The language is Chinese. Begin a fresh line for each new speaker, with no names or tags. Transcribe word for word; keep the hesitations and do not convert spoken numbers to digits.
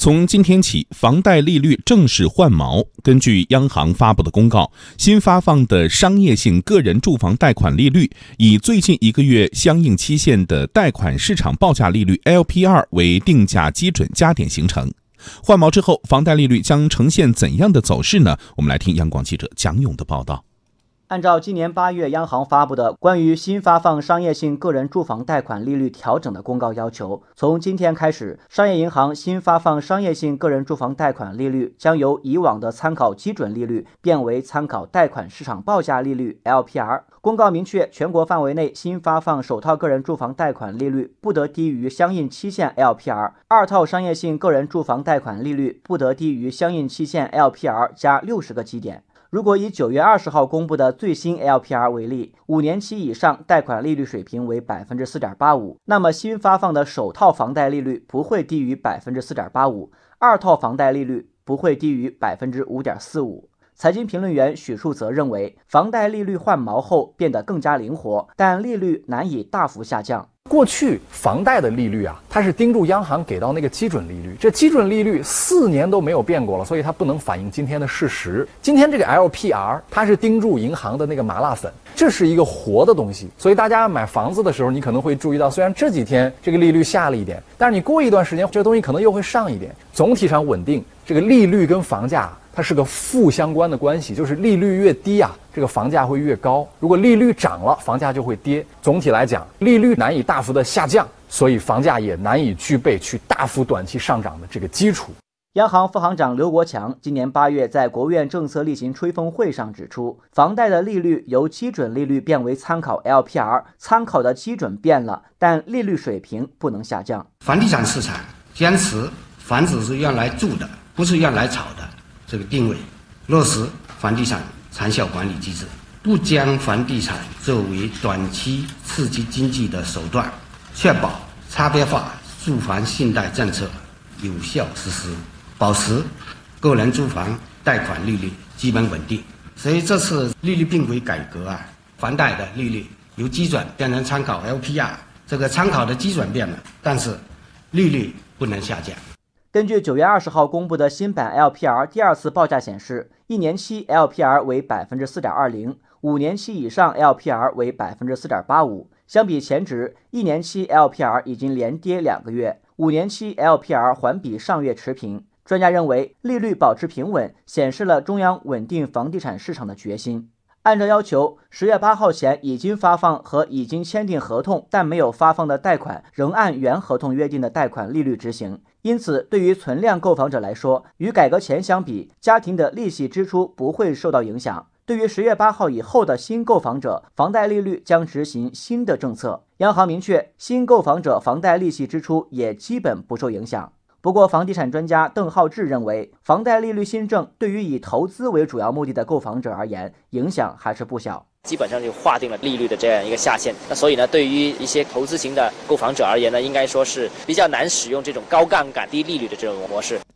从今天起，房贷利率正式换锚。根据央行发布的公告，新发放的商业性个人住房贷款利率以最近一个月相应期限的贷款市场报价利率 L P R 为定价基准加点形成。换锚之后，房贷利率将呈现怎样的走势呢？我们来听央广记者蒋勇的报道。
按照今年八月央行发布的关于新发放商业性个人住房贷款利率调整的公告要求，从今天开始，商业银行新发放商业性个人住房贷款利率将由以往的参考基准利率变为参考贷款市场报价利率 L P R。公告明确，全国范围内新发放首套个人住房贷款利率不得低于相应期限 L P R， 二套商业性个人住房贷款利率不得低于相应期限 L P R 加六十个基点。如果以九月二十号公布的最新 L P R 为例，五年期以上贷款利率水平为 百分之四点八五， 那么新发放的首套房贷利率不会低于 百分之四点八五， 二套房贷利率不会低于 百分之五点四五。财经评论员许树则认为，房贷利率换锚后变得更加灵活，但利率难以大幅下降。
过去房贷的利率啊，它是盯住央行给到那个基准利率，这基准利率四年都没有变过了，所以它不能反映今天的事实。今天这个 L P R 它是盯住银行的那个麻辣粉，这是一个活的东西，所以大家买房子的时候，你可能会注意到，虽然这几天这个利率下了一点，但是你过一段时间，这个东西可能又会上一点。总体上稳定，这个利率跟房价它是个负相关的关系，就是利率越低啊，这个房价会越高。如果利率涨了，房价就会跌。总体来讲，利率难以大幅的下降，所以房价也难以具备去大幅短期上涨的这个基础。
央行副行长刘国强今年八月在国务院政策例行吹风会上指出，房贷的利率由基准利率变为参考 L P R， 参考的基准变了，但利率水平不能下降。
房地产市场坚持房子是用来住的，不是用来炒的这个定位，落实房地产长效管理机制，不将房地产作为短期刺激经济的手段，确保差别化住房信贷政策有效实施，保持个人住房贷款利率基本稳定。所以这次利率并轨改革啊，房贷的利率由基准变成参考 L P R， 这个参考的基准变了，但是利率不能下降。
根据九月二十号公布的新版 L P R 第二次报价显示，一年期 L P R 为 百分之四点二零， 五年期以上 L P R 为 百分之四点八五。相比前值，一年期 L P R 已经连跌两个月，五年期 L P R 环比上月持平。专家认为，利率保持平稳，显示了中央稳定房地产市场的决心。按照要求，十月八号前已经发放和已经签订合同但没有发放的贷款，仍按原合同约定的贷款利率执行。因此，对于存量购房者来说，与改革前相比，家庭的利息支出不会受到影响。对于十月八号以后的新购房者，房贷利率将执行新的政策。央行明确，新购房者房贷利息支出也基本不受影响。不过，房地产专家邓浩志认为，房贷利率新政对于以投资为主要目的的购房者而言，影响还是不小。
基本上就划定了利率的这样一个下限，那所以呢，对于一些投资型的购房者而言呢，应该说是比较难使用这种高杠杆、低利率的这种模式。